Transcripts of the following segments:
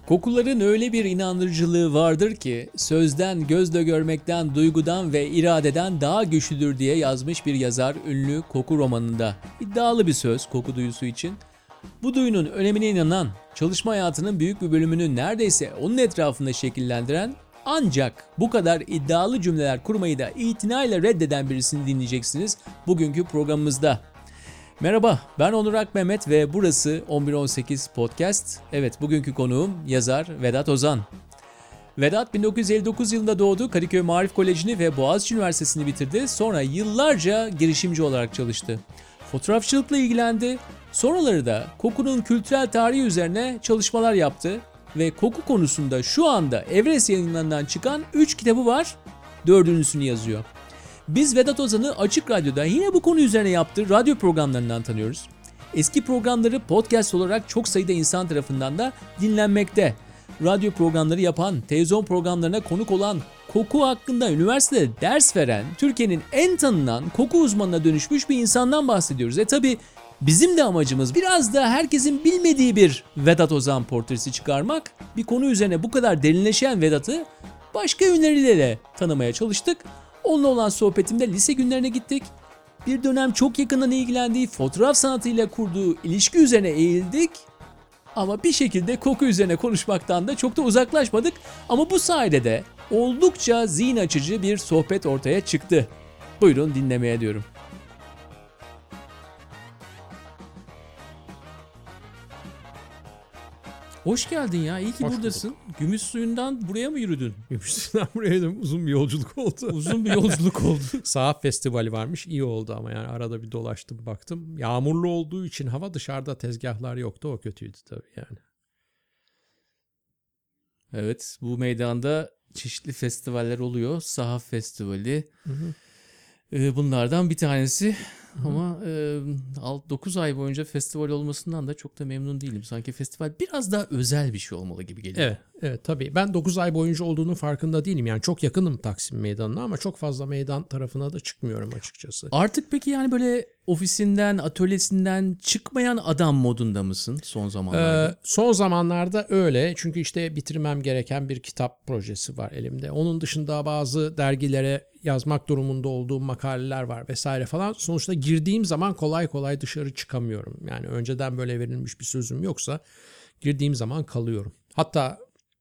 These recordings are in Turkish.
Kokuların öyle bir inandırıcılığı vardır ki sözden, gözle görmekten, duygudan ve iradeden daha güçlüdür diye yazmış bir yazar ünlü Koku romanında. İddialı bir söz koku duyusu için. Bu duyunun önemine inanan, çalışma hayatının büyük bir bölümünü neredeyse onun etrafında şekillendiren ancak bu kadar iddialı cümleler kurmayı da itinayla reddeden birisini dinleyeceksiniz bugünkü programımızda. Merhaba, ben Onur Akmehmet ve burası 1118 Podcast. Evet, bugünkü konuğum yazar Vedat Ozan. Vedat 1959 yılında doğdu, Kadıköy Maarif Koleji'ni ve Boğaziçi Üniversitesi'ni bitirdi. Sonra yıllarca girişimci olarak çalıştı. Fotoğrafçılıkla ilgilendi. Sonraları da kokunun kültürel tarihi üzerine çalışmalar yaptı. Ve koku konusunda şu anda Everest Yayınları'ndan çıkan 3 kitabı var, 4.'sünü yazıyor. Biz Vedat Ozan'ı Açık Radyo'da yine bu konu üzerine yaptığı radyo programlarından tanıyoruz. Eski programları podcast olarak çok sayıda insan tarafından da dinlenmekte. Radyo programları yapan, televizyon programlarına konuk olan, koku hakkında üniversitede ders veren, Türkiye'nin en tanınan koku uzmanına dönüşmüş bir insandan bahsediyoruz. Tabii bizim de amacımız biraz da herkesin bilmediği bir Vedat Ozan portresi çıkarmak. Bir konu üzerine bu kadar derinleşen Vedat'ı başka yönleriyle de tanımaya çalıştık. Onunla olan sohbetimde lise günlerine gittik. Bir dönem çok yakından ilgilendiği fotoğraf sanatıyla kurduğu ilişki üzerine eğildik. Ama bir şekilde koku üzerine konuşmaktan da çok da uzaklaşmadık. Ama bu sayede de oldukça zihin açıcı bir sohbet ortaya çıktı. Buyurun dinlemeye diyorum. Hoş geldin ya. İyi ki Hoş buradasın. bulduk. Gümüş suyundan buraya mı yürüdün? Gümüşhane buraya uzun bir yolculuk oldu. Uzun bir yolculuk oldu. Saat Festivali varmış. İyi oldu ama yani arada bir dolaştım baktım. Yağmurlu olduğu için hava, dışarıda tezgahlar yoktu. O kötüydü tabii yani. Evet, bu meydanda çeşitli festivaller oluyor. Sahaf Festivali bunlardan bir tanesi. Ama 9 ay boyunca festival olmasından da çok da memnun değilim. Sanki festival biraz daha özel bir şey olmalı gibi geliyor. Evet tabii. Ben 9 ay boyunca olduğunun farkında değilim. Yani çok yakınım Taksim Meydanı'na ama çok fazla meydan tarafına da çıkmıyorum açıkçası. Artık peki yani böyle ofisinden, atölyesinden çıkmayan adam modunda mısın son zamanlarda? Son zamanlarda öyle. Çünkü işte bitirmem gereken bir kitap projesi var elimde. Onun dışında bazı dergilere yazmak durumunda olduğum makaleler var vesaire falan. Sonuçta girdiğim zaman kolay kolay dışarı çıkamıyorum. Yani önceden böyle verilmiş bir sözüm yoksa girdiğim zaman kalıyorum. Hatta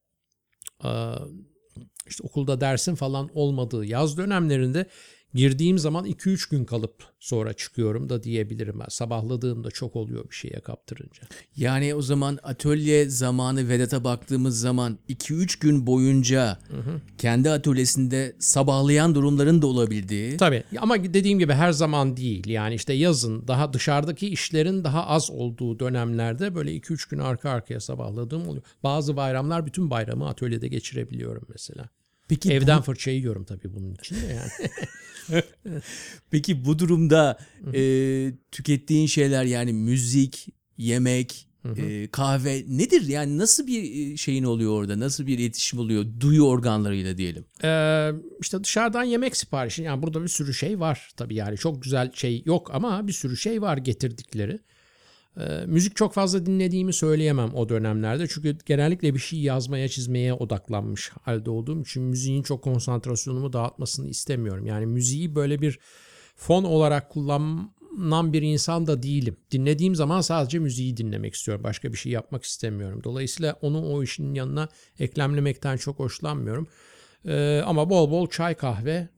işte okulda dersin falan olmadığı yaz dönemlerinde girdiğim zaman 2-3 gün kalıp sonra çıkıyorum da diyebilirim. Ben sabahladığım da çok oluyor bir şeye kaptırınca. Yani o zaman atölye zamanı Vedat'a baktığımız zaman 2-3 gün boyunca kendi atölyesinde sabahlayan durumların da olabildiği. Tabii ama dediğim gibi her zaman değil. Yani işte yazın daha dışarıdaki işlerin daha az olduğu dönemlerde böyle 2-3 gün arka arkaya sabahladığım oluyor. Bazı bayramlar bütün bayramı atölyede geçirebiliyorum mesela. Peki Evden fırça yiyorum tabii bunun için de yani. Peki bu durumda tükettiğin şeyler yani müzik, yemek, kahve nedir? Yani nasıl bir şeyin oluyor orada? Nasıl bir iletişim oluyor? Duyu organlarıyla diyelim. İşte dışarıdan yemek siparişi. Yani burada bir sürü şey var tabii yani çok güzel şey yok ama bir sürü şey var getirdikleri. Müzik çok fazla dinlediğimi söyleyemem o dönemlerde. Çünkü genellikle bir şey yazmaya, çizmeye odaklanmış halde olduğum için müziğin çok konsantrasyonumu dağıtmasını istemiyorum. Yani müziği böyle bir fon olarak kullanan bir insan da değilim. Dinlediğim zaman sadece müziği dinlemek istiyorum. Başka bir şey yapmak istemiyorum. Dolayısıyla onu o işin yanına eklemlemekten çok hoşlanmıyorum. Ama bol bol çay kahve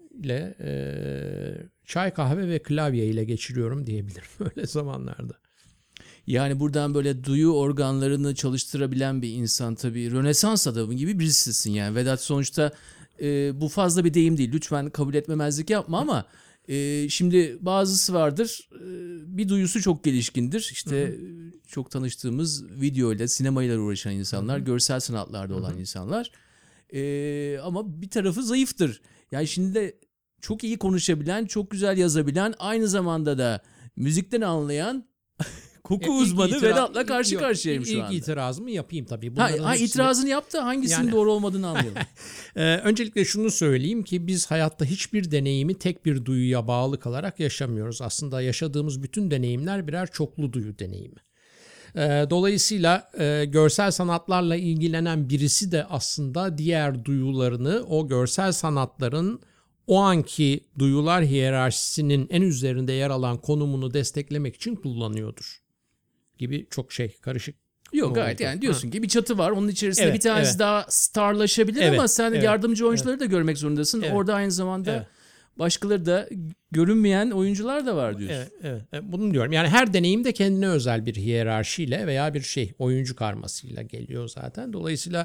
ve klavye ile geçiriyorum diyebilirim öyle zamanlarda. Yani buradan böyle duyu organlarını çalıştırabilen bir insan tabii Rönesans adamı gibi birisisin yani. Vedat sonuçta bu fazla bir deyim değil. Lütfen kabul etmemezlik yapma ama şimdi bazısı vardır bir duyusu çok gelişkindir. İşte çok tanıştığımız videoyla, sinemayla uğraşan insanlar, görsel sanatlarda olan insanlar. Ama bir tarafı zayıftır. Yani şimdi de çok iyi konuşabilen, çok güzel yazabilen, aynı zamanda da müzikten anlayan koku uzmanı Vedat'la karşı karşıyayım şu anda. İlk itirazımı yapayım tabii. İtirazını yaptı. Hangisinin Yani, doğru olmadığını anlayalım. Öncelikle şunu söyleyeyim ki biz hayatta hiçbir deneyimi tek bir duyuya bağlı kalarak yaşamıyoruz. Aslında yaşadığımız bütün deneyimler birer çoklu duyu deneyimi. Dolayısıyla görsel sanatlarla ilgilenen birisi de aslında diğer duyularını o görsel sanatların o anki duyular hiyerarşisinin en üzerinde yer alan konumunu desteklemek için kullanıyordur. Gibi çok karışık. Yok, Ne gayet oldu? yani diyorsun ki bir çatı var. Onun içerisinde Evet, bir tanesi evet. daha starlaşabilir Evet, ama sen evet, yardımcı oyuncuları da görmek zorundasın. Evet. Orada aynı zamanda Evet. başkaları da görünmeyen oyuncular da var diyorsun. Evet, bunu diyorum. Yani her deneyim de kendine özel bir hiyerarşiyle veya bir oyuncu karmasıyla geliyor zaten. Dolayısıyla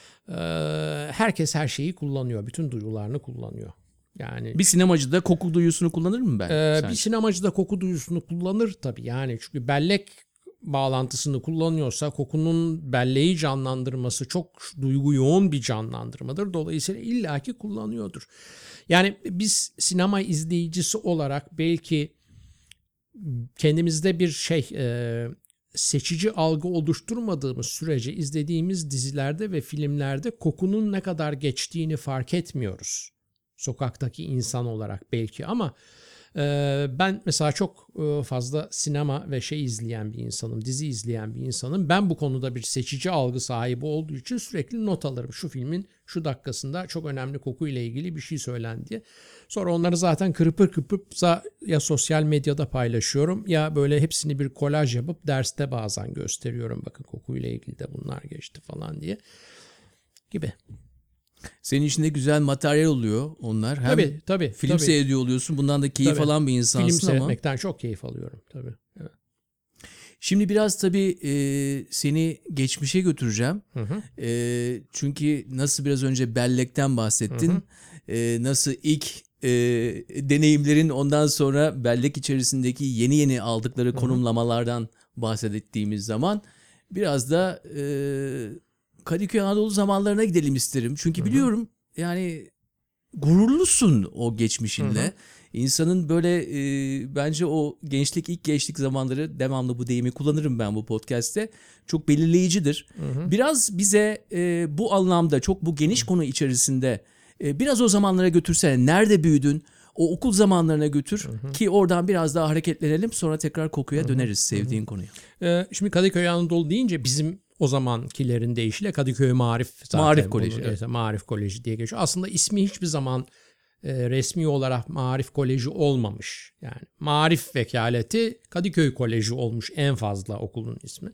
herkes her şeyi kullanıyor. Bütün duyularını kullanıyor. Yani Bir sinemacı da koku duyusunu kullanır mı ben? bir sinemacı da koku duyusunu kullanır tabii. Yani çünkü bellek bağlantısını kullanıyorsa kokunun belleği canlandırması çok duygu yoğun bir canlandırmadır. Dolayısıyla illaki kullanıyordur. Yani biz sinema izleyicisi olarak belki kendimizde bir seçici algı oluşturmadığımız sürece izlediğimiz dizilerde ve filmlerde kokunun ne kadar geçtiğini fark etmiyoruz. Sokaktaki insan olarak belki ama ben mesela çok fazla sinema ve izleyen bir insanım, dizi izleyen bir insanım. Ben bu konuda bir seçici algı sahibi olduğu için sürekli not alırım. Şu filmin şu dakikasında çok önemli kokuyla ilgili bir şey söylendi diye. Sonra onları zaten kırpıp ya sosyal medyada paylaşıyorum ya böyle hepsini bir kolaj yapıp derste bazen gösteriyorum. Bakın kokuyla ilgili de bunlar geçti falan diye gibi. Senin içinde güzel materyal oluyor onlar. Hem Tabii. film seyrediyor oluyorsun. Bundan da keyif alan bir insansın Film ama. seyretmekten çok keyif alıyorum tabii. Evet. Şimdi biraz tabii seni geçmişe götüreceğim. Çünkü nasıl biraz önce bellekten bahsettin. Nasıl ilk deneyimlerin ondan sonra bellek içerisindeki yeni aldıkları konumlamalardan bahsettiğimiz zaman biraz da Kadıköy Anadolu zamanlarına gidelim isterim. Çünkü biliyorum yani gururlusun o geçmişinle. İnsanın böyle bence o ilk gençlik zamanları, devamlı bu deyimi kullanırım ben bu podcast'te, çok belirleyicidir. Biraz bize bu anlamda çok bu geniş konu içerisinde biraz o zamanlara götürsene. Nerede büyüdün? O okul zamanlarına götür ki oradan biraz daha hareketlenelim. Sonra tekrar kokuya döneriz, sevdiğin konuya. Şimdi Kadıköy Anadolu deyince bizim o zamankilerin deyişiyle Kadıköy Maarif zaten. Maarif Koleji. Evet. Maarif Koleji diye geçiyor. Aslında ismi hiçbir zaman resmi olarak Maarif Koleji olmamış. Yani Maarif Vekaleti Kadıköy Koleji olmuş en fazla okulun ismi.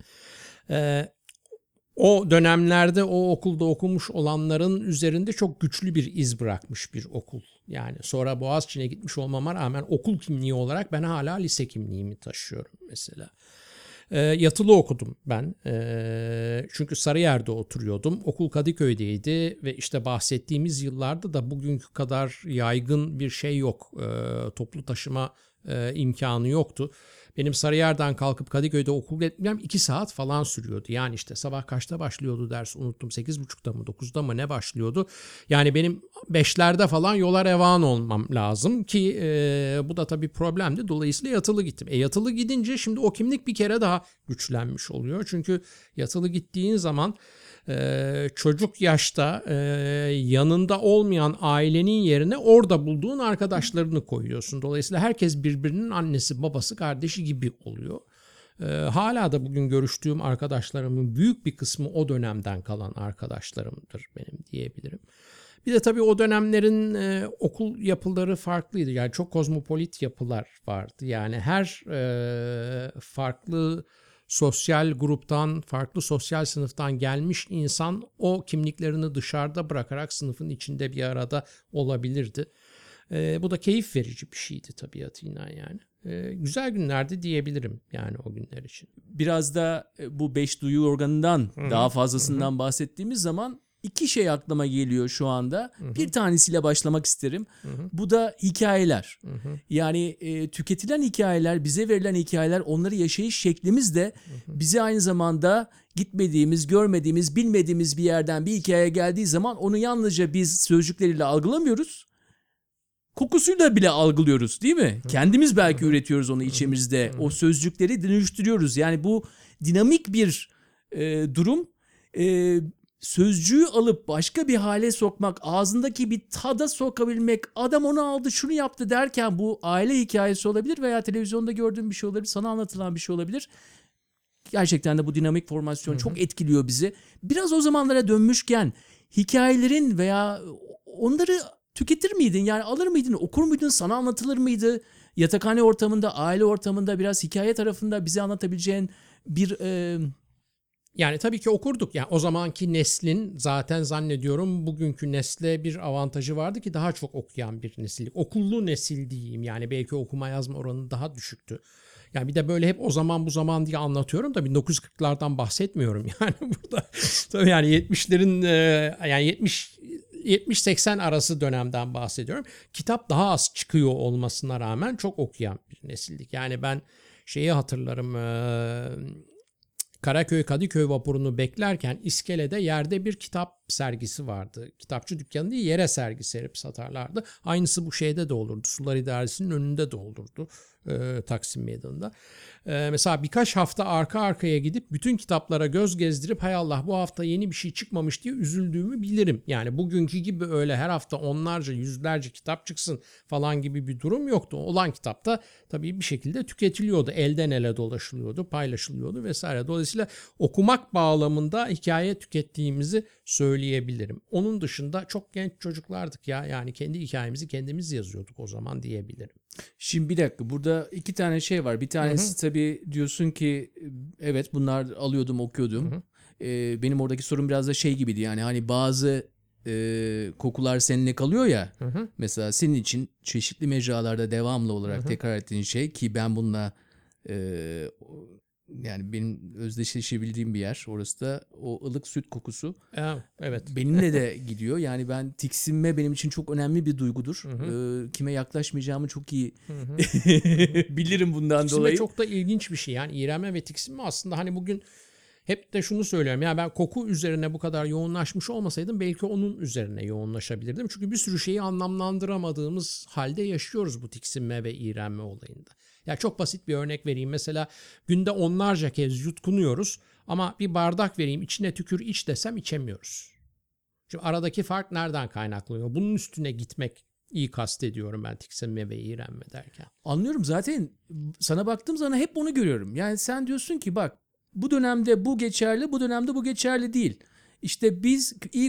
O dönemlerde o okulda okumuş olanların üzerinde çok güçlü bir iz bırakmış bir okul. Yani sonra Boğaziçi'ne gitmiş olmama rağmen okul kimliği olarak ben hala lise kimliğimi taşıyorum mesela. Yatılı okudum ben. Çünkü Sarıyer'de oturuyordum. Okul Kadıköy'deydi ve işte bahsettiğimiz yıllarda da bugünkü kadar yaygın bir şey yok. Toplu taşıma imkanı yoktu. Benim Sarıyer'den kalkıp Kadıköy'de okul gitmem 2 saat falan sürüyordu. Yani işte sabah kaçta başlıyordu ders unuttum. 8.30'da mı 9'da mı ne başlıyordu? Yani benim 5'lerde falan yola revan olmam lazım ki bu da tabii problemdi. Dolayısıyla yatılı gittim. Yatılı gidince şimdi o kimlik bir kere daha güçlenmiş oluyor. Çünkü yatılı gittiğin zaman çocuk yaşta yanında olmayan ailenin yerine orada bulduğun arkadaşlarını koyuyorsun. Dolayısıyla herkes birbirinin annesi, babası, kardeşi gibi oluyor. Hala da bugün görüştüğüm arkadaşlarımın büyük bir kısmı o dönemden kalan arkadaşlarımdır benim diyebilirim. Bir de tabii o dönemlerin okul yapıları farklıydı. Yani çok kozmopolit yapılar vardı. Yani her farklı sosyal gruptan, farklı sosyal sınıftan gelmiş insan o kimliklerini dışarıda bırakarak sınıfın içinde bir arada olabilirdi. Bu da keyif verici bir şeydi tabiatıyla yani. Güzel günlerdi diyebilirim yani o günler için. Biraz da bu 5 duyu organından daha fazlasından bahsettiğimiz zaman 2 şey aklıma geliyor şu anda. Bir tanesiyle başlamak isterim. Bu da hikayeler. Yani tüketilen hikayeler, bize verilen hikayeler, onları yaşayış şeklimiz de bize aynı zamanda gitmediğimiz, görmediğimiz, bilmediğimiz bir yerden bir hikaye geldiği zaman onu yalnızca biz sözcükleriyle algılamıyoruz. Kokusuyla bile algılıyoruz, değil mi? Kendimiz belki üretiyoruz onu içimizde. O sözcükleri dönüştürüyoruz. Yani bu dinamik bir durum. Sözcüğü alıp başka bir hale sokmak, ağzındaki bir tada sokabilmek, adam onu aldı şunu yaptı derken bu aile hikayesi olabilir veya televizyonda gördüğün bir şey olabilir, sana anlatılan bir şey olabilir. Gerçekten de bu dinamik formasyon çok etkiliyor bizi. Biraz o zamanlara dönmüşken hikayelerin veya onları tüketir miydin? Yani alır mıydın, okur muydun, sana anlatılır mıydı? Yatakhane ortamında, aile ortamında biraz hikaye tarafında bize anlatabileceğin bir... Yani tabii ki okurduk. Yani o zamanki neslin zaten zannediyorum bugünkü nesle bir avantajı vardı ki daha çok okuyan bir nesil. Okullu nesil diyeyim, yani belki okuma yazma oranı daha düşüktü. Yani bir de böyle hep o zaman bu zaman diye anlatıyorum da 1940'lardan bahsetmiyorum yani burada. Tabii yani 70'lerin yani 70-80 arası dönemden bahsediyorum. Kitap daha az çıkıyor olmasına rağmen çok okuyan bir nesildik. Yani ben şeyi hatırlarım, Karaköy Kadıköy vapurunu beklerken iskelede yerde bir kitap sergisi vardı. Kitapçı dükkanı değil, yere sergi serip satarlardı. Aynısı bu şeyde de olurdu. Sular İdaresi'nin önünde de olurdu. Taksim Meydanı'nda. Mesela birkaç hafta arka arkaya gidip bütün kitaplara göz gezdirip hay Allah bu hafta yeni bir şey çıkmamış diye üzüldüğümü bilirim. Yani bugünkü gibi öyle her hafta onlarca yüzlerce kitap çıksın falan gibi bir durum yoktu. Olan kitap da tabii bir şekilde tüketiliyordu. Elden ele dolaşılıyordu, paylaşılıyordu vesaire. Dolayısıyla okumak bağlamında hikaye tükettiğimizi söyleyebilirim. Onun dışında çok genç çocuklardık ya. Yani kendi hikayemizi kendimiz yazıyorduk o zaman diyebilirim. Şimdi bir dakika, burada iki tane şey var. Bir tanesi tabii diyorsun ki evet bunlar alıyordum, okuyordum. Benim oradaki sorun biraz da şey gibiydi, yani hani bazı kokular seninle kalıyor ya. Mesela senin için çeşitli mecralarda devamlı olarak tekrar ettiğin şey, ki ben bununla yani benim özdeşleşebildiğim bir yer orası da, o ılık süt kokusu. Evet. Benimle de gidiyor. Yani ben, tiksinme benim için çok önemli bir duygudur. Kime yaklaşmayacağımı çok iyi bilirim bundan Tiksinme dolayı. çok da ilginç bir şey. Yani iğrenme ve tiksinme aslında hani bugün hep de şunu söylüyorum. Ya ben koku üzerine bu kadar yoğunlaşmış olmasaydım belki onun üzerine yoğunlaşabilirdim. Çünkü bir sürü şeyi anlamlandıramadığımız halde yaşıyoruz bu tiksinme ve iğrenme olayında. Ya çok basit bir örnek vereyim. Mesela günde onlarca kez yutkunuyoruz ama bir bardak vereyim içine tükür iç desem içemiyoruz. Şimdi aradaki fark nereden kaynaklanıyor? Bunun üstüne gitmek iyi kastediyorum ben tiksinme ve iğrenme derken. Anlıyorum, zaten sana baktığım zaman hep onu görüyorum. Yani sen diyorsun ki bak, bu dönemde bu geçerli, bu dönemde bu geçerli değil. İşte biz iyi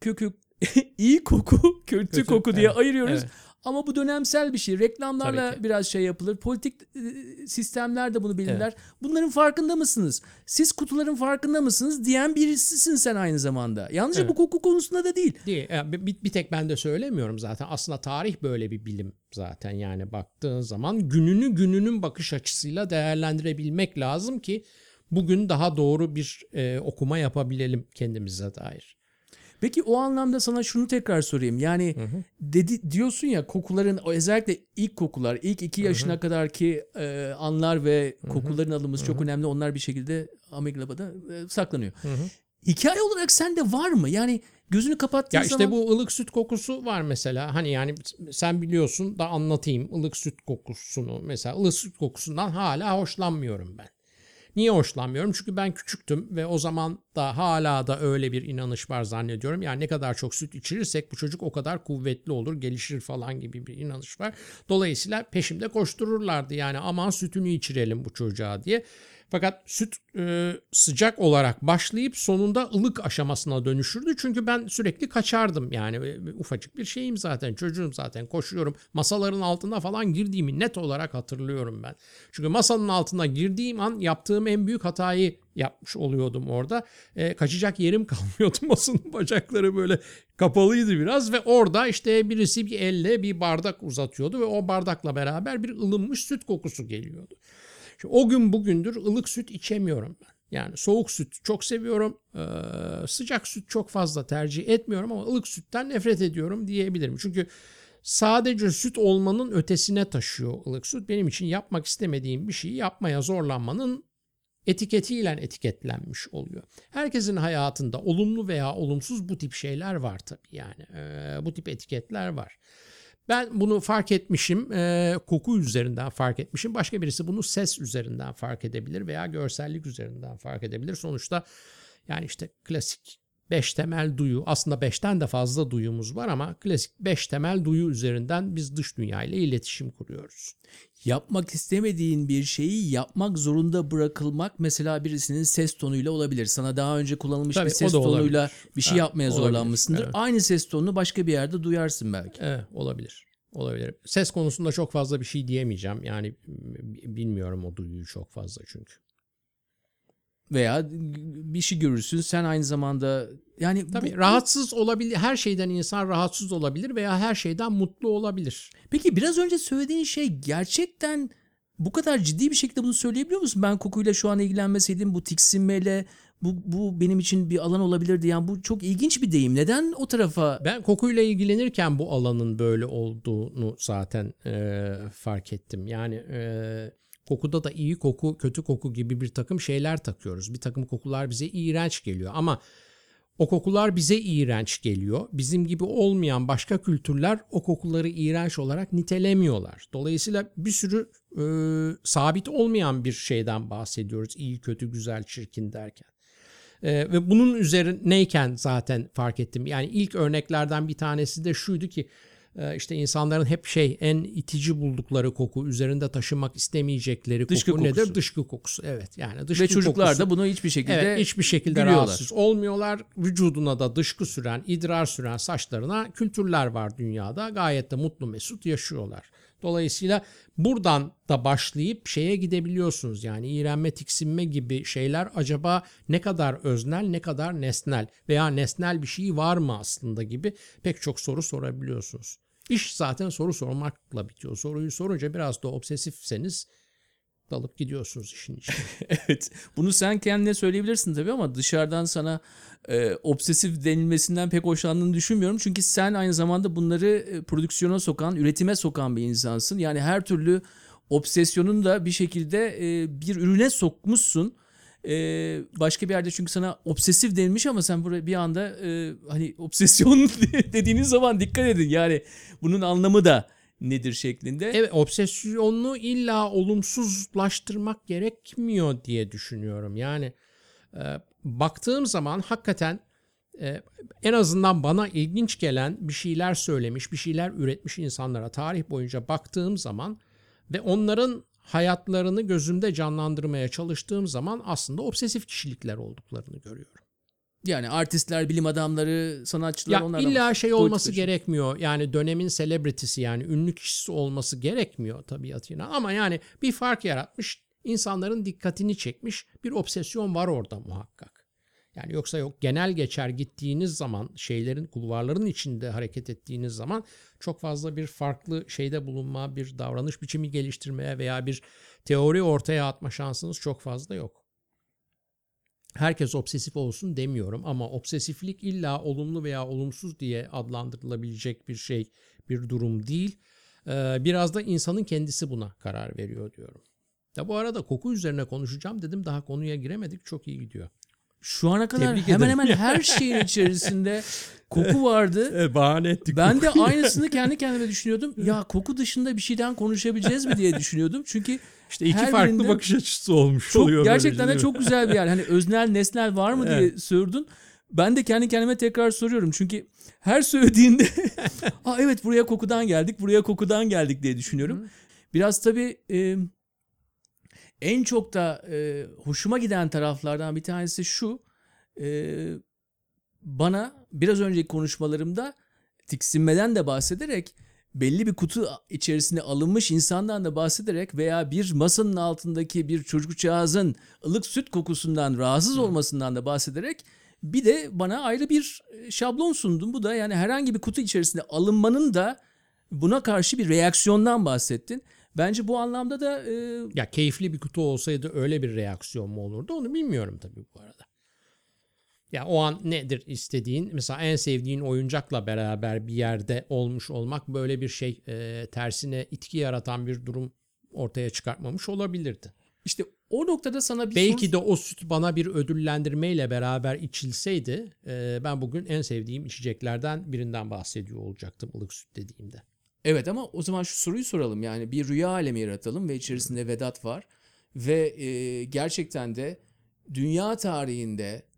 iyi koku, kötü koku diye ayırıyoruz. Evet. Ama bu dönemsel bir şey. Reklamlarla Tabii ki. biraz şey yapılır. Politik sistemler de bunu belirler. Evet. Bunların farkında mısınız? Siz kutuların farkında mısınız diyen birisisin sen aynı zamanda. Yalnızca Evet. bu koku konusunda da değil. Değil. Yani bir tek ben de söylemiyorum zaten. Aslında tarih böyle bir bilim zaten. Yani baktığın zaman gününün bakış açısıyla değerlendirebilmek lazım ki bugün daha doğru bir okuma yapabilelim kendimize dair. Peki o anlamda sana şunu tekrar sorayım. Yani diyorsun ya, kokuların, özellikle ilk kokular, ilk 2 yaşına kadarki anlar ve kokuların alınması çok önemli. Onlar bir şekilde amigdalada saklanıyor. Hikaye olarak sende var mı? Yani gözünü kapattığın Ya işte zaman... bu ılık süt kokusu var mesela. Hani yani sen biliyorsun da anlatayım ılık süt kokusunu. Mesela ılık süt kokusundan hala hoşlanmıyorum ben. Niye hoşlanmıyorum? Çünkü ben küçüktüm ve o zaman da hala da öyle bir inanış var zannediyorum. Yani ne kadar çok süt içirirsek bu çocuk o kadar kuvvetli olur, gelişir falan gibi bir inanış var. Dolayısıyla peşimde koştururlardı. Yani aman sütünü içirelim bu çocuğa diye. Fakat süt sıcak olarak başlayıp sonunda ılık aşamasına dönüşürdü. Çünkü ben sürekli kaçardım. Yani ufacık bir şeyim zaten. Çocuğum zaten, koşuyorum. Masaların altına falan girdiğimi net olarak hatırlıyorum ben. Çünkü masanın altına girdiğim an yaptığım en büyük hatayı yapmış oluyordum orada. Kaçacak yerim kalmıyordu. Masanın bacakları böyle kapalıydı biraz ve orada işte birisi bir elle bir bardak uzatıyordu ve o bardakla beraber bir ılınmış süt kokusu geliyordu. Şimdi o gün bugündür ılık süt içemiyorum ben. Yani soğuk süt çok seviyorum. Sıcak süt çok fazla tercih etmiyorum ama ılık sütten nefret ediyorum diyebilirim. Çünkü sadece süt olmanın ötesine taşıyor ılık süt. Benim için yapmak istemediğim bir şeyi yapmaya zorlanmanın etiketiyle etiketlenmiş oluyor. Herkesin hayatında olumlu veya olumsuz bu tip şeyler var tabii yani. Bu tip etiketler var. Ben bunu fark etmişim, koku üzerinden fark etmişim. Başka birisi bunu ses üzerinden fark edebilir veya görsellik üzerinden fark edebilir. Sonuçta yani işte klasik 5 temel duyu, aslında 5'ten de fazla duyumuz var ama klasik 5 temel duyu üzerinden biz dış dünya ile iletişim kuruyoruz. Yapmak istemediğin bir şeyi yapmak zorunda bırakılmak mesela birisinin ses tonuyla olabilir. Sana daha önce kullanılmış Tabii, bir ses o da tonuyla olabilir. bir şey yapmaya olabilir. zorlanmışsındır. Evet. Aynı ses tonunu başka bir yerde duyarsın belki. Evet, olabilir. Olabilir. Ses konusunda çok fazla bir şey diyemeyeceğim. Yani bilmiyorum o duyuyu çok fazla çünkü. Veya bir şey görürsün sen aynı zamanda yani Tabii rahatsız olabilir. Her şeyden insan rahatsız olabilir veya her şeyden mutlu olabilir. Peki biraz önce söylediğin şey gerçekten bu kadar ciddi bir şekilde bunu söyleyebiliyor musun? Ben kokuyla şu an ilgilenmeseydim bu tiksinmeyle bu benim için bir alan olabilirdi. Yani bu çok ilginç bir deyim. Neden o tarafa? Ben kokuyla ilgilenirken bu alanın böyle olduğunu zaten fark ettim. Yani kokuda da iyi koku, kötü koku gibi bir takım şeyler takıyoruz. Bir takım kokular bize iğrenç geliyor ama o kokular bize iğrenç geliyor. Bizim gibi olmayan başka kültürler o kokuları iğrenç olarak nitelemiyorlar. Dolayısıyla bir sürü sabit olmayan bir şeyden bahsediyoruz. İyi, kötü, güzel, çirkin derken. Ve bunun üzerineyken zaten fark ettim. Yani ilk örneklerden bir tanesi de şuydu ki işte insanların hep en itici buldukları koku, üzerinde taşımak istemeyecekleri Dışkı koku kokusu. nedir? Dışkı kokusu. Evet, yani dışkı Ve çocuklar kokusu. da bunu hiçbir şekilde Evet, hiçbir şekilde gülüyorlar. rahatsız olmuyorlar. Vücuduna da dışkı süren, idrar süren saçlarına kültürler var dünyada. Gayet de mutlu mesut yaşıyorlar. Dolayısıyla buradan da başlayıp şeye gidebiliyorsunuz. Yani iğrenme, tiksinme gibi şeyler acaba ne kadar öznel, ne kadar nesnel veya nesnel bir şey var mı aslında gibi pek çok soru sorabiliyorsunuz. İş zaten soru sormakla bitiyor. Soruyu sorunca biraz da obsesifseniz dalıp gidiyorsunuz işin içine. Evet. Bunu sen kendine söyleyebilirsin tabii ama dışarıdan sana obsesif denilmesinden pek hoşlandığını düşünmüyorum. Çünkü sen aynı zamanda bunları prodüksiyona sokan, üretime sokan bir insansın. Yani her türlü obsesyonun da bir şekilde bir ürüne sokmuşsun. Başka bir yerde çünkü sana obsesif denilmiş ama sen buraya bir anda hani obsesyon dediğiniz zaman dikkat edin. Yani bunun anlamı da nedir şeklinde. Evet, obsesyonu illa olumsuzlaştırmak gerekmiyor diye düşünüyorum. Yani baktığım zaman hakikaten en azından bana ilginç gelen bir şeyler söylemiş, bir şeyler üretmiş insanlara tarih boyunca baktığım zaman ve onların hayatlarını gözümde canlandırmaya çalıştığım zaman aslında obsesif kişilikler olduklarını görüyorum. Yani artistler, bilim adamları, sanatçılar Ya onlar illa olması politikacı. gerekmiyor. Yani dönemin celebrity'si yani ünlü kişisi olması gerekmiyor tabiatıyla. Ama yani bir fark yaratmış, insanların dikkatini çekmiş bir obsesyon var orada muhakkak. Yani yoksa yok genel geçer gittiğiniz zaman kulvarların içinde hareket ettiğiniz zaman çok fazla bir farklı şeyde bulunma, bir davranış biçimi geliştirmeye veya bir teori ortaya atma şansınız çok fazla yok. Herkes obsesif olsun demiyorum ama obsesiflik illa olumlu veya olumsuz diye adlandırılabilecek bir durum değil. Biraz da insanın kendisi buna karar veriyor diyorum. Ya bu arada koku üzerine konuşacağım dedim, daha konuya giremedik, çok iyi gidiyor. Şu ana kadar Tebrik hemen ederim. hemen her şeyin içerisinde koku vardı. Bahane ettik. Ben de aynısını kendi kendime düşünüyordum. Ya koku dışında bir şeyden konuşabileceğiz mi diye düşünüyordum. Çünkü İşte iki her farklı birinde bakış açısı olmuş çok oluyor. gerçekten böylece, de değil mi? çok güzel bir yer. Hani öznel, nesnel var mı diye Evet. sordun. Ben de kendi kendime tekrar soruyorum. Çünkü her söylediğinde Aa, evet buraya kokudan geldik, buraya kokudan geldik diye düşünüyorum. Biraz tabii en çok da hoşuma giden taraflardan bir tanesi şu. Bana biraz önceki konuşmalarımda tiksinmeden de bahsederek belli bir kutu içerisine alınmış insandan da bahsederek veya bir masanın altındaki bir çocukcağızın ılık süt kokusundan rahatsız olmasından da bahsederek bir de bana ayrı bir şablon sundun. Bu da yani herhangi bir kutu içerisine alınmanın da buna karşı bir reaksiyondan bahsettin. Bence bu anlamda da Ya keyifli bir kutu olsaydı öyle bir reaksiyon mu olurdu onu bilmiyorum tabii bu arada. Ya o an nedir istediğin? Mesela en sevdiğin oyuncakla beraber bir yerde olmuş olmak böyle bir tersine itki yaratan bir durum ortaya çıkartmamış olabilirdi. işte o noktada sana bir Belki soru... de o süt bana bir ödüllendirmeyle beraber içilseydi ben bugün en sevdiğim içeceklerden birinden bahsediyor olacaktım ılık süt dediğimde. Evet ama o zaman şu soruyu soralım. Yani bir rüya alemi yaratalım ve içerisinde Vedat var. Ve gerçekten de dünya tarihinde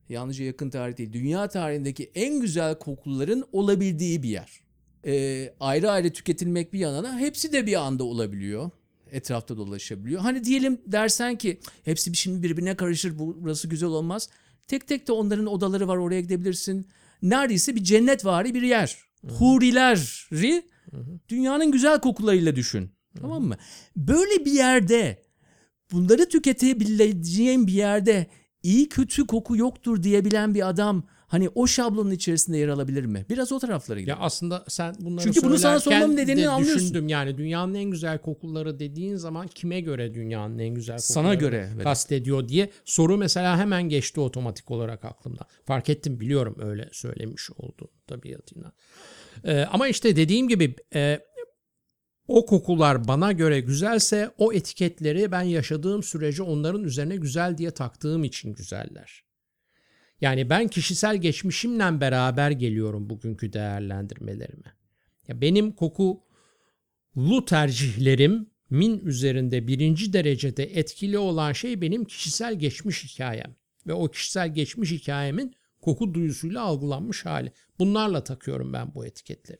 yalnızca yakın tarih değil, dünya tarihindeki en güzel kokuların olabildiği bir yer. Ayrı ayrı tüketilmek bir yana hepsi de bir anda olabiliyor. Etrafta dolaşabiliyor. Hani diyelim dersen ki hepsi şimdi birbirine karışır, burası güzel olmaz. Tek tek de onların odaları var, oraya gidebilirsin. Neredeyse bir cennetvari bir yer. Hurileri dünyanın güzel kokularıyla düşün. Tamam mı? Böyle bir yerde, bunları tüketebileceğin bir yerde iyi kötü koku yoktur diyebilen bir adam hani o şablonun içerisinde yer alabilir mi? Biraz o taraflara gidelim. Ya aslında sen bunları Çünkü bunu sana söylerken sormamın nedenini de anlıyorsun. düşündüm. Yani dünyanın en güzel kokuları dediğin zaman kime göre dünyanın en güzel kokuları Sana göre, evet. kastediyor diye soru mesela hemen geçti otomatik olarak aklımdan. Fark ettim, biliyorum öyle söylemiş oldu tabiatıyla. Ama işte dediğim gibi o kokular bana göre güzelse o etiketleri ben yaşadığım sürece onların üzerine güzel diye taktığım için güzeller. Yani ben kişisel geçmişimle beraber geliyorum bugünkü değerlendirmelerime. Ya benim kokulu tercihlerimin üzerinde birinci derecede etkili olan şey benim kişisel geçmiş hikayem. Ve o kişisel geçmiş hikayemin koku duyusuyla algılanmış hali. Bunlarla takıyorum ben bu etiketleri.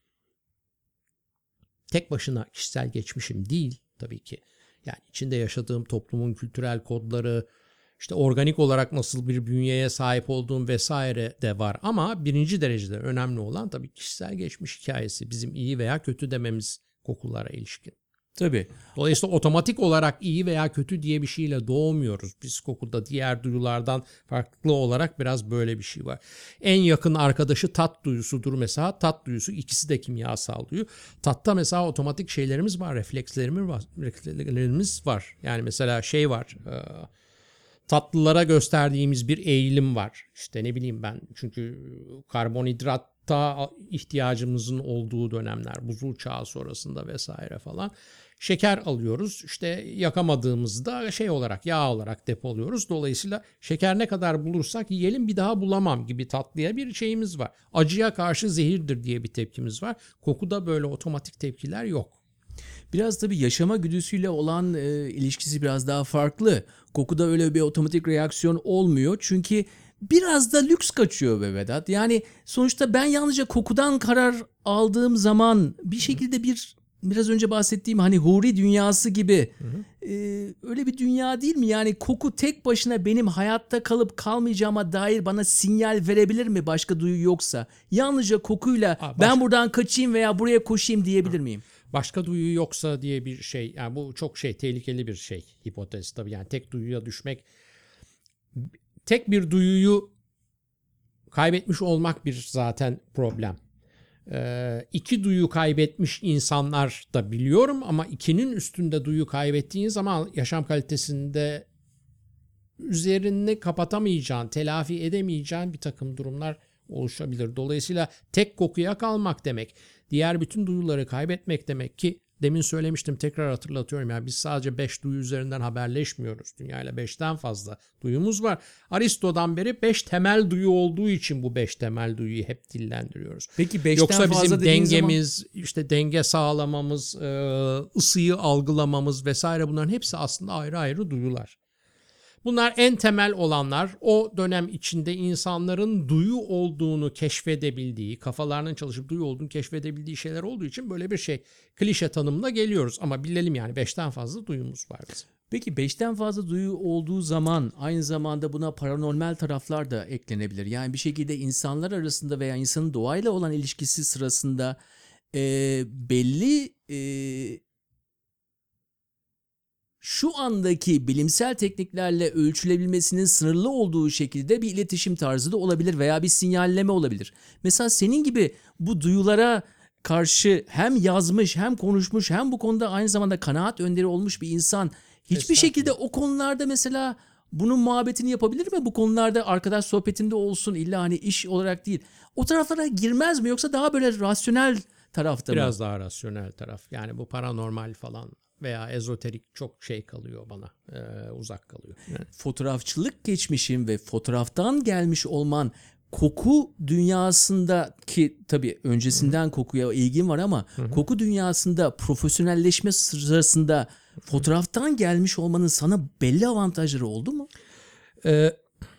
Tek başına kişisel geçmişim değil tabii ki. Yani içinde yaşadığım toplumun kültürel kodları, işte organik olarak nasıl bir bünyeye sahip olduğum vesaire de var. Ama birinci derecede önemli olan tabii kişisel geçmiş hikayesi. Bizim iyi veya kötü dememiz kokulara ilişkin. Tabii. Dolayısıyla otomatik olarak iyi veya kötü diye bir şeyle doğmuyoruz. Biz kokuda diğer duyulardan farklı olarak biraz böyle bir şey var. En yakın arkadaşı tat duyusudur mesela. Tat duyusu, ikisi de kimyasal duyu. Tatta mesela otomatik şeylerimiz var, reflekslerimiz var. Yani mesela şey var. Tatlılara gösterdiğimiz bir eğilim var. İşte ne bileyim ben, çünkü karbonhidratta ihtiyacımızın olduğu dönemler, buzul çağı sonrasında vesaire falan. Şeker alıyoruz. İşte yakamadığımızda şey olarak, yağ olarak depoluyoruz. Dolayısıyla şeker ne kadar bulursak yiyelim, bir daha bulamam gibi tatlıya bir şeyimiz var. Acıya karşı zehirdir diye bir tepkimiz var. Kokuda böyle otomatik tepkiler yok. Biraz tabii yaşama güdüsüyle olan ilişkisi biraz daha farklı. Kokuda öyle bir otomatik reaksiyon olmuyor. Çünkü biraz da lüks kaçıyor be Vedat. Yani sonuçta ben yalnızca kokudan karar aldığım zaman bir şekilde biraz önce bahsettiğim hani huri dünyası gibi öyle bir dünya değil mi? Yani koku tek başına benim hayatta kalıp kalmayacağıma dair bana sinyal verebilir mi başka duyu yoksa? Yalnızca kokuyla ben buradan kaçayım veya buraya koşayım diyebilir miyim? Başka duyu yoksa diye bir şey, yani bu çok tehlikeli bir şey, hipotez tabii. Yani tek duyuya düşmek, tek bir duyuyu kaybetmiş olmak bir zaten problem. İki duyu kaybetmiş insanlar da biliyorum ama ikinin üstünde duyu kaybettiğin zaman yaşam kalitesinde üzerini kapatamayacağın, telafi edemeyeceğin bir takım durumlar oluşabilir. Dolayısıyla tek kokuya kalmak demek, diğer bütün duyuları kaybetmek demek ki demin söylemiştim, tekrar hatırlatıyorum. Yani biz sadece 5 duyu üzerinden haberleşmiyoruz. Dünyayla 5'ten fazla duyumuz var. Aristo'dan beri 5 temel duyu olduğu için bu 5 temel duyuyu hep dillendiriyoruz. Peki 5'ten Yoksa fazla bizim dediğin dengemiz, zaman... işte denge sağlamamız, ısıyı algılamamız vesaire, bunların hepsi aslında ayrı ayrı duyular. Bunlar en temel olanlar, o dönem içinde insanların duyu olduğunu keşfedebildiği, kafalarının çalışıp duyu olduğunu keşfedebildiği şeyler olduğu için böyle bir şey, klişe tanımına geliyoruz. Ama bilelim yani 5'ten fazla duyumuz var bizim. Peki 5'ten fazla duyu olduğu zaman aynı zamanda buna paranormal taraflar da eklenebilir. Yani bir şekilde insanlar arasında veya insanın doğayla olan ilişkisi sırasında belli şu andaki bilimsel tekniklerle ölçülebilmesinin sınırlı olduğu şekilde bir iletişim tarzı da olabilir veya bir sinyalleme olabilir. Mesela senin gibi bu duyulara karşı hem yazmış hem konuşmuş hem bu konuda aynı zamanda kanaat önderi olmuş bir insan hiçbir şekilde o konularda mesela bunun muhabbetini yapabilir mi? Bu konularda arkadaş sohbetinde olsun, illa hani iş olarak değil. O taraflara girmez mi, yoksa daha böyle rasyonel tarafta mı? Biraz daha rasyonel taraf. Yani bu paranormal falan veya ezoterik çok şey kalıyor bana, uzak kalıyor. Yani. Fotoğrafçılık geçmişin ve fotoğraftan gelmiş olman koku dünyasındaki, tabii öncesinden kokuya ilgin var ama koku dünyasında profesyonelleşme sırasında fotoğraftan gelmiş olmanın sana belli avantajları oldu mu?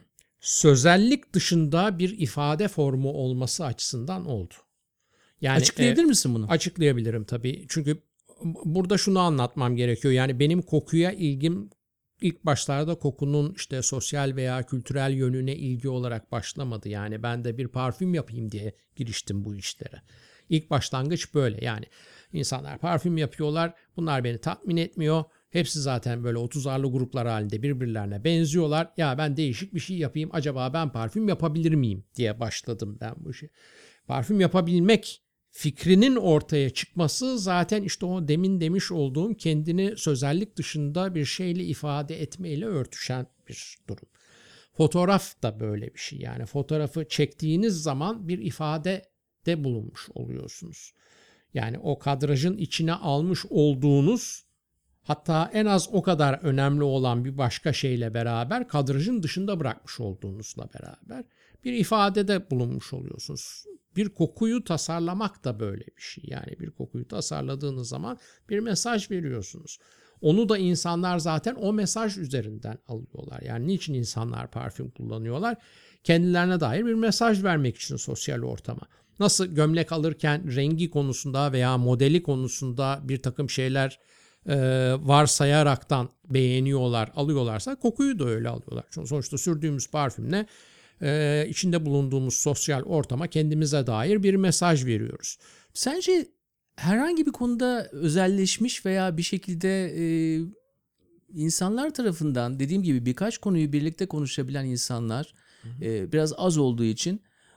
sözellik dışında bir ifade formu olması açısından oldu. Yani Açıklayabilir misin bunu? açıklayabilirim tabii. Çünkü burada şunu anlatmam gerekiyor. Yani benim kokuya ilgim ilk başlarda kokunun işte sosyal veya kültürel yönüne ilgi olarak başlamadı. Yani ben de bir parfüm yapayım diye giriştim bu işlere. İlk başlangıç böyle. Yani insanlar parfüm yapıyorlar. Bunlar beni tatmin etmiyor. Hepsi zaten böyle 30'arlı gruplar halinde birbirlerine benziyorlar. Ya ben değişik bir şey yapayım. Acaba ben parfüm yapabilir miyim diye başladım ben bu işe. Parfüm yapabilmek fikrinin ortaya çıkması zaten işte o demin demiş olduğum kendini sözellik dışında bir şeyle ifade etmeyle örtüşen bir durum. Fotoğraf da böyle bir şey. Yani fotoğrafı çektiğiniz zaman bir ifadede bulunmuş oluyorsunuz. Yani o kadrajın içine almış olduğunuz, hatta en az o kadar önemli olan bir başka şeyle beraber kadrajın dışında bırakmış olduğunuzla beraber bir ifadede bulunmuş oluyorsunuz. Bir kokuyu tasarlamak da böyle bir şey. Yani bir kokuyu tasarladığınız zaman bir mesaj veriyorsunuz. Onu da insanlar zaten o mesaj üzerinden alıyorlar. Yani niçin insanlar parfüm kullanıyorlar? Kendilerine dair bir mesaj vermek için sosyal ortama. Nasıl gömlek alırken rengi konusunda veya modeli konusunda bir takım şeyler varsayaraktan beğeniyorlar, alıyorlarsa kokuyu da öyle alıyorlar. Çünkü sonuçta sürdüğümüz parfümle içinde bulunduğumuz sosyal ortama kendimize dair bir mesaj veriyoruz. Sence herhangi bir konuda özelleşmiş veya bir şekilde insanlar tarafından dediğim gibi birkaç konuyu birlikte konuşabilen insanlar biraz az olduğu için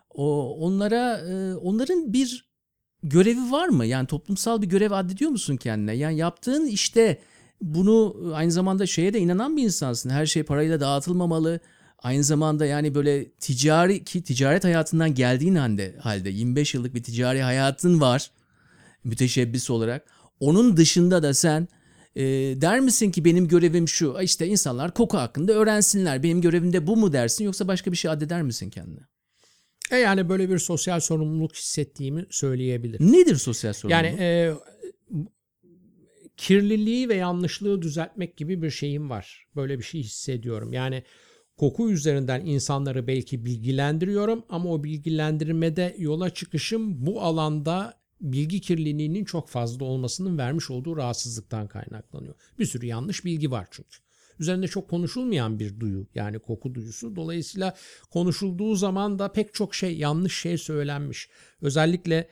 onların bir görevi var mı? Yani toplumsal bir görev addediyor musun kendine? Yani yaptığın işte bunu aynı zamanda şeye de inanan bir insansın. Her şey parayla dağıtılmamalı. Aynı zamanda yani böyle ticaret hayatından geldiğin halde 25 yıllık bir ticari hayatın var müteşebbis olarak. Onun dışında da sen der misin ki benim görevim şu, işte insanlar koku hakkında öğrensinler. Benim görevim de bu mu dersin yoksa başka bir şey addeder misin kendine? Yani böyle bir sosyal sorumluluk hissettiğimi söyleyebilirim. Nedir sosyal sorumluluk? Yani kirliliği ve yanlışlığı düzeltmek gibi bir şeyim var. Böyle bir şey hissediyorum. Yani koku üzerinden insanları belki bilgilendiriyorum ama o bilgilendirmede yola çıkışım bu alanda bilgi kirliliğinin çok fazla olmasının vermiş olduğu rahatsızlıktan kaynaklanıyor. Bir sürü yanlış bilgi var çünkü. Üzerinde çok konuşulmayan bir duyu, yani koku duyusu. Dolayısıyla konuşulduğu zaman da pek çok şey, yanlış şey söylenmiş. Özellikle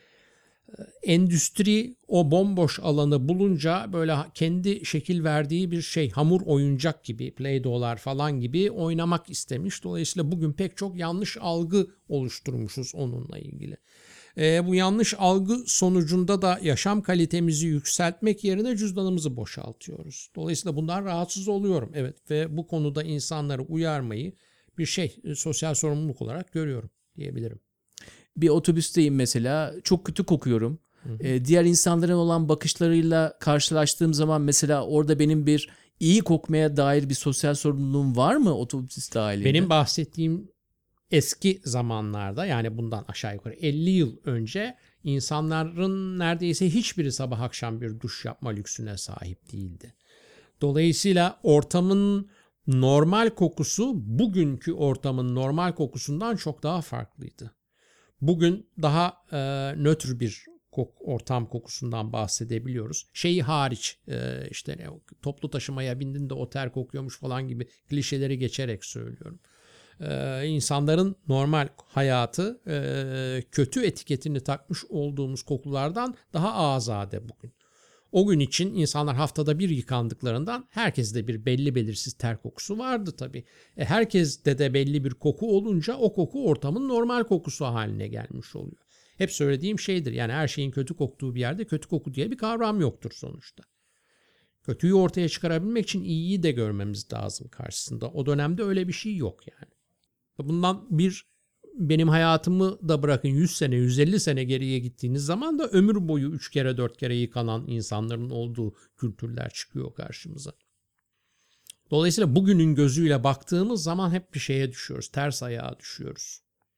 endüstri o bomboş alanı bulunca böyle kendi şekil verdiği bir şey, hamur oyuncak gibi, Play-Doh'lar falan gibi oynamak istemiş. Dolayısıyla bugün pek çok yanlış algı oluşturmuşuz onunla ilgili. Bu yanlış algı sonucunda da yaşam kalitemizi yükseltmek yerine cüzdanımızı boşaltıyoruz. Dolayısıyla bundan rahatsız oluyorum. Evet, ve bu konuda insanları uyarmayı bir sosyal sorumluluk olarak görüyorum diyebilirim. Bir otobüsteyim mesela, çok kötü kokuyorum. Diğer insanların olan bakışlarıyla karşılaştığım zaman mesela orada benim bir iyi kokmaya dair bir sosyal sorumluluğum var mı otobüs dahilinde? Benim bahsettiğim eski zamanlarda, yani bundan aşağı yukarı 50 yıl önce insanların neredeyse hiçbiri sabah akşam bir duş yapma lüksüne sahip değildi. Dolayısıyla ortamın normal kokusu bugünkü ortamın normal kokusundan çok daha farklıydı. Bugün daha nötr bir ortam kokusundan bahsedebiliyoruz. Şeyi hariç, işte toplu taşımaya bindin de o ter kokuyormuş falan gibi klişeleri geçerek söylüyorum. İnsanların normal hayatı kötü etiketini takmış olduğumuz kokulardan daha azade bugün. O gün için insanlar haftada bir yıkandıklarından herkeste bir belli belirsiz ter kokusu vardı tabii. Herkeste de belli bir koku olunca o koku ortamın normal kokusu haline gelmiş oluyor. Hep söylediğim şeydir, yani her şeyin kötü koktuğu bir yerde kötü koku diye bir kavram yoktur sonuçta. Kötüyü ortaya çıkarabilmek için iyiyi de görmemiz lazım karşısında. O dönemde öyle bir şey yok yani. Bundan benim hayatımı da bırakın 100 sene, 150 sene geriye gittiğiniz zaman da ömür boyu 3 kere 4 kere yıkanan insanların olduğu kültürler çıkıyor karşımıza. Dolayısıyla bugünün gözüyle baktığımız zaman hep bir şeye düşüyoruz, ters ayağa düşüyoruz.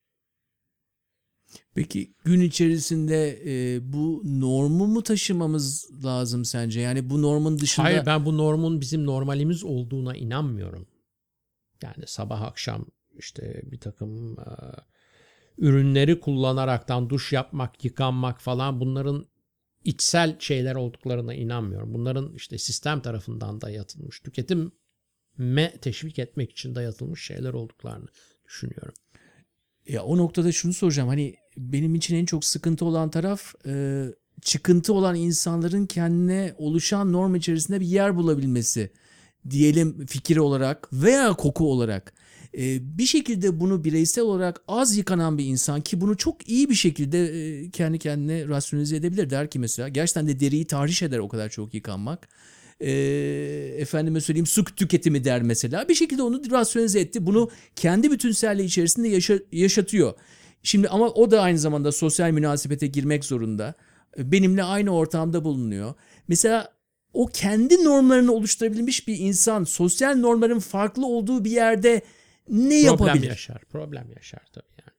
Peki gün içerisinde bu normu mu taşımamız lazım sence? Yani bu normun dışında... Hayır, ben bu normun bizim normalimiz olduğuna inanmıyorum. Yani sabah akşam işte bir takım ürünleri kullanaraktan duş yapmak, yıkanmak falan, bunların içsel şeyler olduklarına inanmıyorum. Bunların işte sistem tarafından dayatılmış, tüketime teşvik etmek için dayatılmış şeyler olduklarını düşünüyorum. Ya o noktada şunu soracağım. Hani benim için en çok sıkıntı olan taraf çıkıntı olan insanların kendine oluşan norm içerisinde bir yer bulabilmesi. Diyelim fikir olarak veya koku olarak. Bir şekilde bunu bireysel olarak az yıkanan bir insan ki bunu çok iyi bir şekilde kendi kendine rasyonize edebilir. Der ki mesela gerçekten de deriyi tahriş eder o kadar çok yıkanmak. Efendime söyleyeyim su tüketimi der mesela. Bir şekilde onu rasyonize etti. Bunu kendi bütünselliği içerisinde yaşatıyor. Şimdi ama o da aynı zamanda sosyal münasebete girmek zorunda. Benimle aynı ortamda bulunuyor. Mesela o kendi normlarını oluşturabilmiş bir insan sosyal normların farklı olduğu bir yerde ne yapabilir? Problem yaşar tabii yani.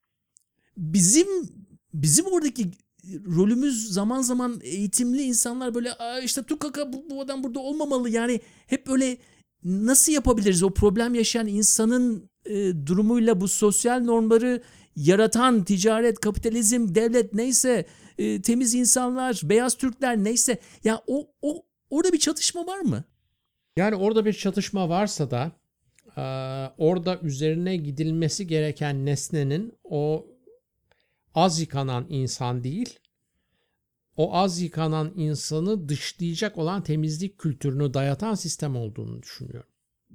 Bizim oradaki rolümüz zaman zaman eğitimli insanlar böyle işte tukaka bu adam burada olmamalı. Yani hep böyle nasıl yapabiliriz o problem yaşayan insanın durumuyla bu sosyal normları yaratan ticaret, kapitalizm, devlet neyse temiz insanlar, beyaz Türkler neyse ya orada bir çatışma var mı? Yani orada bir çatışma varsa da orada üzerine gidilmesi gereken nesnenin o az yıkanan insan değil, o az yıkanan insanı dışlayacak olan temizlik kültürünü dayatan sistem olduğunu düşünüyorum.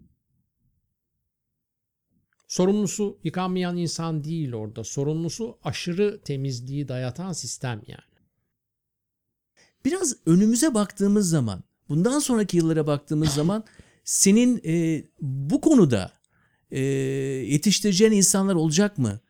Sorumlusu yıkanmayan insan değil orada. Sorumlusu aşırı temizliği dayatan sistem yani. Biraz önümüze baktığımız zaman, bundan sonraki yıllara baktığımız zaman senin bu konuda yetiştireceğin insanlar olacak mı?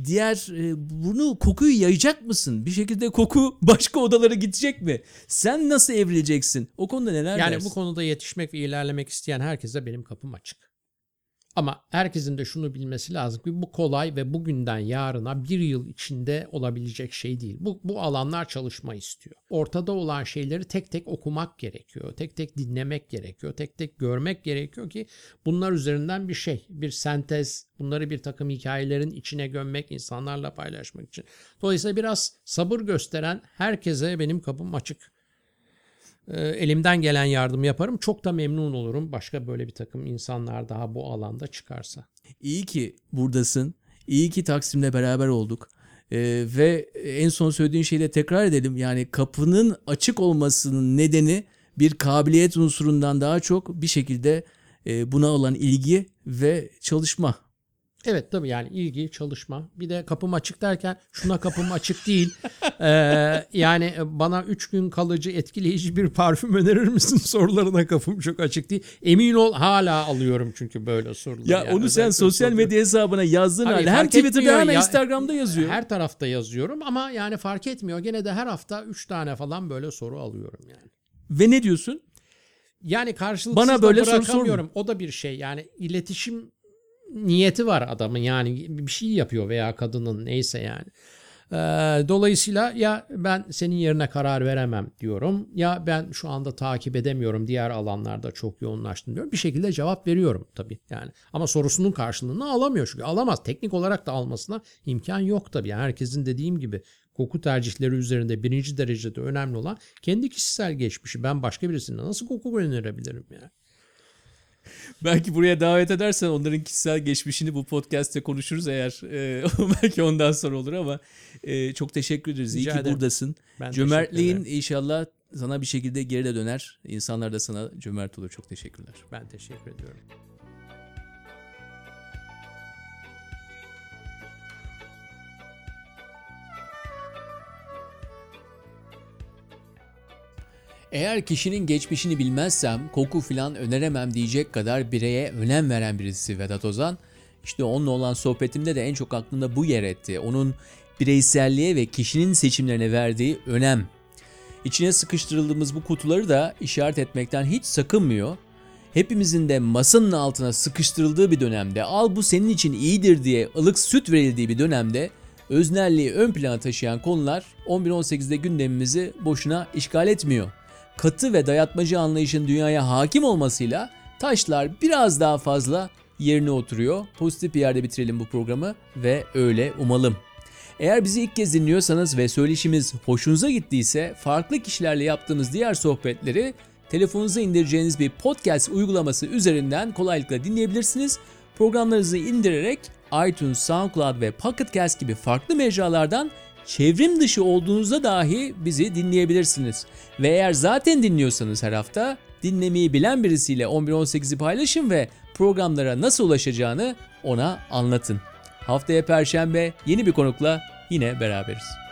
Bunu kokuyu yayacak mısın? Bir şekilde koku başka odalara gidecek mi? Sen nasıl evrileceksin? O konuda neler Yani dersin? bu konuda yetişmek ve ilerlemek isteyen herkese benim kapım açık. Ama herkesin de şunu bilmesi lazım ki bu kolay ve bugünden yarına bir yıl içinde olabilecek şey değil. Bu alanlar çalışma istiyor. Ortada olan şeyleri tek tek okumak gerekiyor. Tek tek dinlemek gerekiyor. Tek tek görmek gerekiyor ki bunlar üzerinden bir sentez, bunları bir takım hikayelerin içine gömmek, insanlarla paylaşmak için. Dolayısıyla biraz sabır gösteren herkese benim kapım açık. Elimden gelen yardımı yaparım. Çok da memnun olurum başka böyle bir takım insanlar daha bu alanda çıkarsa. İyi ki buradasın. İyi ki Taksim'le beraber olduk. Ve en son söylediğin şeyi de tekrar edelim. Yani kapının açık olmasının nedeni bir kabiliyet unsurundan daha çok bir şekilde buna olan ilgi ve çalışma. Evet tabii yani ilgi, çalışma. Bir de kapım açık derken şuna kapım açık değil. Yani bana 3 gün kalıcı etkileyici bir parfüm önerir misin sorularına kapım çok açık değil. Emin ol hala alıyorum çünkü böyle soruları. Ya yani. onu sen Özellikle sosyal medya hesabına yazdığın Abi halde hem fark Twitter'da etmiyor hem ya. Instagram'da yazıyor. Her tarafta yazıyorum ama yani fark etmiyor. Gene de her hafta 3 tane falan böyle soru alıyorum yani. Ve ne diyorsun? Yani karşılıksız Bana da böyle soru bırakamıyorum. O da bir şey yani iletişim niyeti var adamın yani bir şey yapıyor veya kadının neyse yani. Dolayısıyla ya ben senin yerine karar veremem diyorum ya ben şu anda takip edemiyorum diğer alanlarda çok yoğunlaştım diyorum. Bir şekilde cevap veriyorum tabii yani. Ama sorusunun karşılığını alamıyor çünkü alamaz. Teknik olarak da almasına imkan yok tabii. Yani herkesin dediğim gibi koku tercihleri üzerinde birinci derecede önemli olan kendi kişisel geçmişi. Ben başka birisine nasıl koku önerebilirim yani? Belki buraya davet edersen onların kişisel geçmişini bu podcast'te konuşuruz eğer. Belki ondan sonra olur ama çok teşekkür ederiz. İyi Rica ki ederim. buradasın. Ben Cömertliğin teşekkür ederim. inşallah sana bir şekilde geri de döner. İnsanlar da sana cömert olur. Çok teşekkürler. Ben teşekkür ediyorum. Eğer kişinin geçmişini bilmezsem koku filan öneremem diyecek kadar bireye önem veren birisi Vedat Ozan. İşte onunla olan sohbetimde de en çok aklımda bu yer etti. Onun bireyselliğe ve kişinin seçimlerine verdiği önem. İçine sıkıştırıldığımız bu kutuları da işaret etmekten hiç sakınmıyor. Hepimizin de masanın altına sıkıştırıldığı bir dönemde, al bu senin için iyidir diye ılık süt verildiği bir dönemde öznelliği ön plana taşıyan konular 11-18'de gündemimizi boşuna işgal etmiyor. Katı ve dayatmacı anlayışın dünyaya hakim olmasıyla taşlar biraz daha fazla yerine oturuyor. Pozitif bir yerde bitirelim bu programı ve öyle umalım. Eğer bizi ilk kez dinliyorsanız ve söyleşimiz hoşunuza gittiyse farklı kişilerle yaptığımız diğer sohbetleri telefonunuza indireceğiniz bir podcast uygulaması üzerinden kolaylıkla dinleyebilirsiniz. Programlarınızı indirerek iTunes, SoundCloud ve Pocket Cast gibi farklı mecralardan çevrim dışı olduğunuzda dahi bizi dinleyebilirsiniz. Ve eğer zaten dinliyorsanız her hafta dinlemeyi bilen birisiyle 11-18'i paylaşın ve programlara nasıl ulaşacağını ona anlatın. Haftaya Perşembe yeni bir konukla yine beraberiz.